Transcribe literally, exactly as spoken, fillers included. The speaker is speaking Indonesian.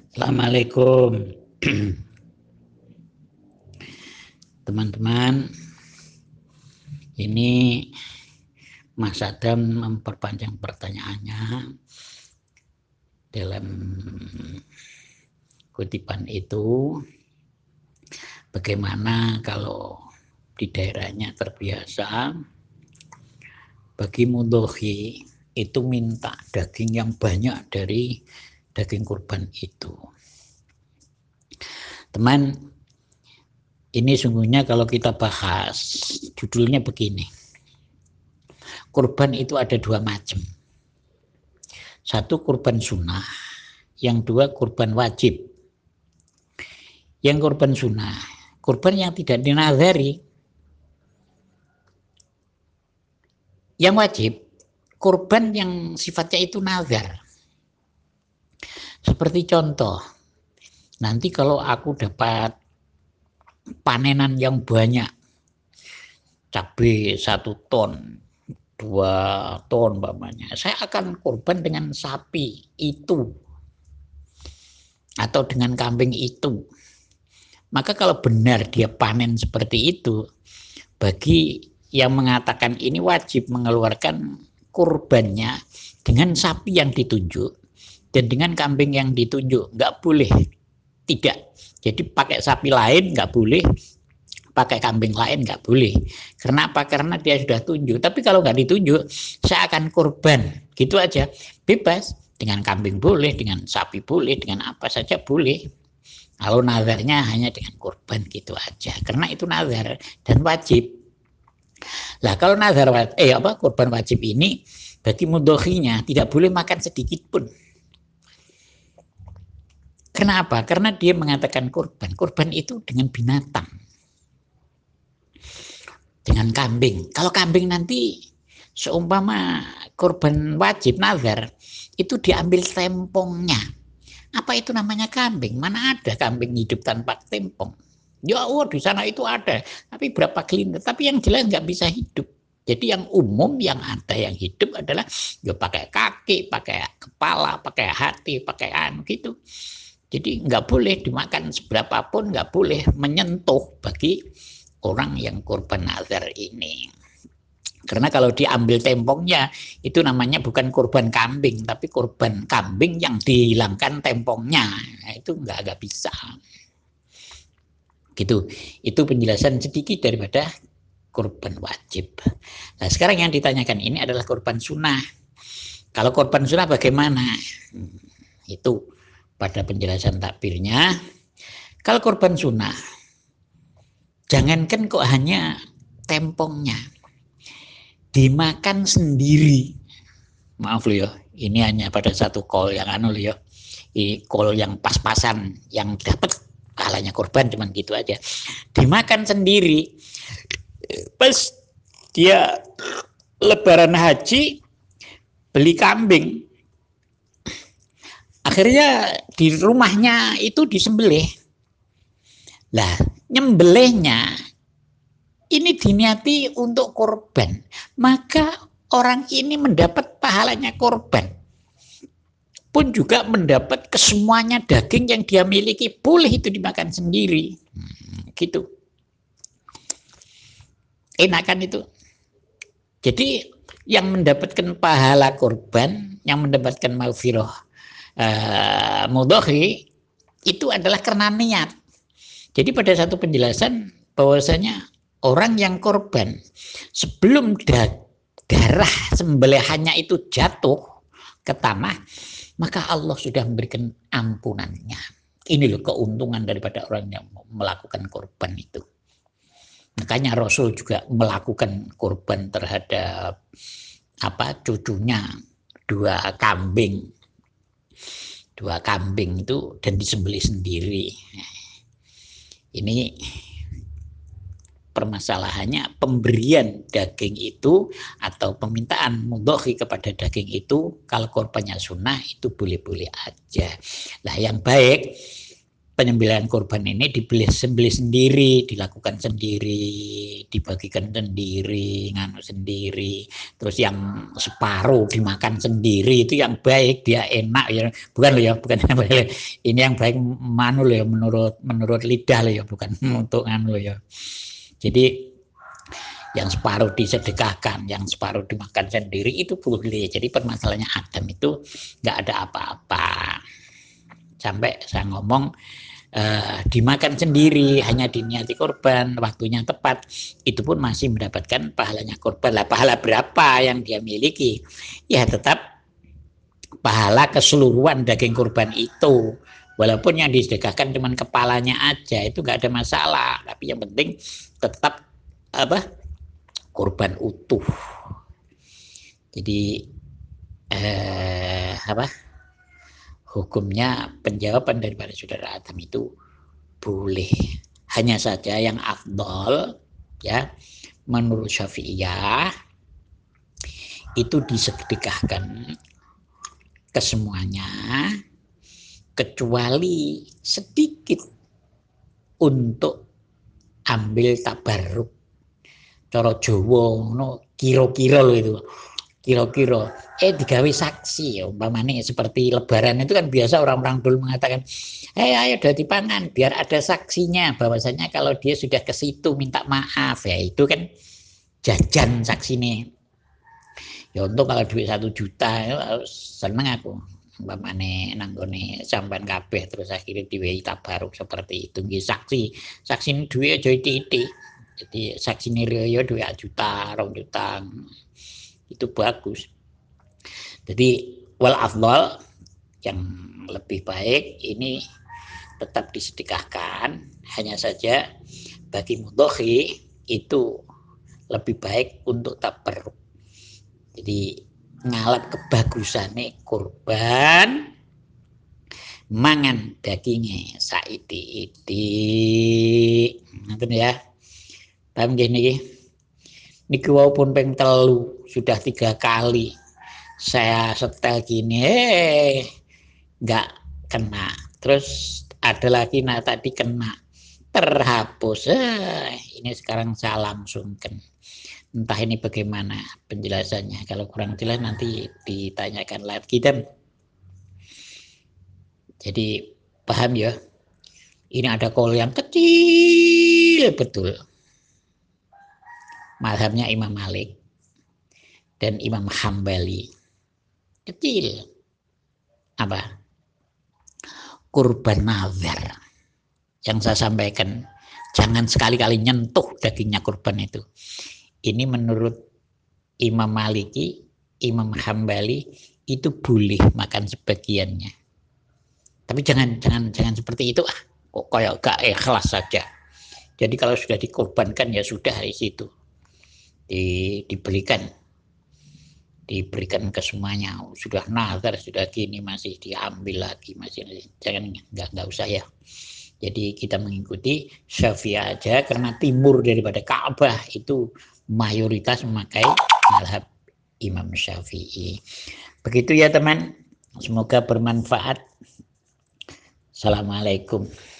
Assalamualaikum teman-teman. Ini Mas Adam memperpanjang pertanyaannya dalam kutipan itu, bagaimana kalau di daerahnya terbiasa bagi mudhohi itu minta daging yang banyak dari daging kurban itu. Teman, ini sungguhnya kalau kita bahas, judulnya begini. Kurban itu ada dua macam. Satu kurban sunnah, yang dua kurban wajib. Yang kurban sunnah, kurban yang tidak dinazari. Yang wajib, kurban yang sifatnya itu nazar. Seperti contoh, nanti kalau aku dapat panenan yang banyak, cabai satu ton, dua ton umpamanya, saya akan kurban dengan sapi itu atau dengan kambing itu. Maka kalau benar dia panen seperti itu, bagi yang mengatakan ini wajib mengeluarkan kurbannya dengan sapi yang ditunjuk dan dengan kambing yang ditunjuk, nggak boleh tidak. Jadi pakai sapi lain nggak boleh, pakai kambing lain nggak boleh. Karena apa? Karena dia sudah tunjuk. Tapi kalau nggak ditunjuk, saya akan kurban, gitu aja, bebas. Dengan kambing boleh, dengan sapi boleh, dengan apa saja boleh. Kalau nazarnya hanya dengan kurban, gitu aja. Karena itu nazar dan wajib. Lah kalau nazar eh apa kurban wajib ini, bagi mudhohinya tidak boleh makan sedikit pun. Kenapa? Karena dia mengatakan kurban. Kurban itu dengan binatang. Dengan kambing. Kalau kambing nanti seumpama kurban wajib nazar, itu diambil tempongnya. Apa itu namanya kambing? Mana ada kambing hidup tanpa tempong? Ya, oh di sana itu ada. Tapi berapa gelintir? Tapi yang jelas nggak bisa hidup. Jadi yang umum yang ada yang hidup adalah ya pakai kaki, pakai kepala, pakai hati, pakai anu gitu. Jadi nggak boleh dimakan seberapapun, nggak boleh menyentuh bagi orang yang kurban nazar ini. Karena kalau diambil tempongnya, itu namanya bukan kurban kambing, tapi kurban kambing yang dihilangkan tempongnya. Nah, itu nggak, nggak bisa. Gitu. Itu penjelasan sedikit daripada kurban wajib. Nah, sekarang yang ditanyakan ini adalah kurban sunnah. Kalau kurban sunnah bagaimana? Hmm, itu pada penjelasan takbirnya, kalau kurban sunnah, jangankan kok hanya tempongnya, dimakan sendiri. Maaf loh ya, ini hanya pada satu kol yang anu loh ya, ini kol yang pas-pasan, yang dapat pahalanya kurban cuman gitu aja. Dimakan sendiri, pas dia lebaran haji, beli kambing, akhirnya di rumahnya itu disembelih. Lah, nyembelihnya ini diniati untuk korban, maka orang ini mendapat pahalanya korban, pun juga mendapat kesemuanya daging yang dia miliki, boleh itu dimakan sendiri. Hmm, gitu. Enak kan itu? Jadi yang mendapatkan pahala korban, yang mendapatkan maghfirah Uh, mudhohi itu adalah karena niat. Jadi pada satu penjelasan bahwasanya orang yang korban sebelum da darah sembelihannya itu jatuh ke tanah, maka Allah sudah memberikan ampunannya. Ini loh keuntungan daripada orang yang melakukan korban itu. Makanya Rasul juga melakukan korban terhadap apa cucunya, dua kambing. Dua kambing itu dan disembelih sendiri. Ini permasalahannya pemberian daging itu atau permintaan mudhohi kepada daging itu kalau korbannya sunnah itu boleh-boleh aja. Nah yang baik penyembelihan kurban ini dibeli sembelih sendiri, dilakukan sendiri, dibagikan sendiri, nganu sendiri. Terus yang separuh dimakan sendiri, itu yang baik, dia enak ya. Bukan loh ya, bukan yang baik. Ini yang baik manu loh ya, menurut menurut lidah loh ya, bukan untuk nganu loh ya. Jadi yang separuh disedekahkan, yang separuh dimakan sendiri itu boleh. Jadi permasalahannya Adam itu nggak ada apa-apa. Sampai saya ngomong Uh, dimakan sendiri, hanya diniati korban, waktunya tepat, itu pun masih mendapatkan pahalanya korban. Lah pahala berapa yang dia miliki? Ya tetap pahala keseluruhan daging korban itu. Walaupun yang disedekahkan cuma kepalanya aja, itu nggak ada masalah. Tapi yang penting tetap apa? Korban utuh. Jadi eh, apa? Hukumnya penjawaban daripada saudara Adam itu boleh. Hanya saja yang afdol ya menurut Syafi'iyah itu disedekahkan ke semuanya kecuali sedikit untuk ambil tabarruk. Cara Jawa no kira-kira loh itu. Kira-kira eh digawe saksi ya umpamanya seperti lebaran itu kan biasa orang-orang dulu mengatakan eh ayo udah dipangan biar ada saksinya bahwasanya kalau dia sudah ke situ minta maaf ya itu kan jajan saksinya ya untuk kalau duit satu juta ya, seneng aku umpamanya nanggone sampean kabeh terus akhirnya diwehi tabaruk seperti itu nggih saksi saksi ini duit aja titik jadi saksi ini ya duit juta rong juta itu bagus. Jadi wal afdal yang lebih baik ini tetap disedekahkan, hanya saja bagi mudhohi itu lebih baik untuk tabarruk. Jadi ngalap kebagusannya kurban mangan dagingnya saiti-iti. Ngoten ya. Paham nggih niki? Niki walaupun peng telu sudah tiga kali saya setel gini, eh nggak kena. Terus ada lagi nah tadi kena terhapus. Eh, ini sekarang saya langsungkan. Entah ini bagaimana penjelasannya. Kalau kurang jelas nanti ditanyakan lagi dan. Jadi paham ya? Ini ada kol yang kecil betul. Mazhabnya Imam Malik dan Imam Hambali kecil apa kurban nazar yang saya sampaikan jangan sekali-kali nyentuh dagingnya kurban itu ini menurut Imam Maliki Imam Hambali itu boleh makan sebagiannya tapi jangan jangan jangan seperti itu ah kok kayak gak ikhlas saja jadi kalau sudah dikorbankan ya sudah di situ Di, diberikan diberikan ke semuanya sudah nazar sudah gini masih diambil lagi masih jangan nggak nggak usah ya jadi kita mengikuti Syafi'i aja karena timur daripada Ka'bah itu mayoritas memakai mazhab Imam Syafi'i begitu ya teman semoga bermanfaat. Assalamualaikum.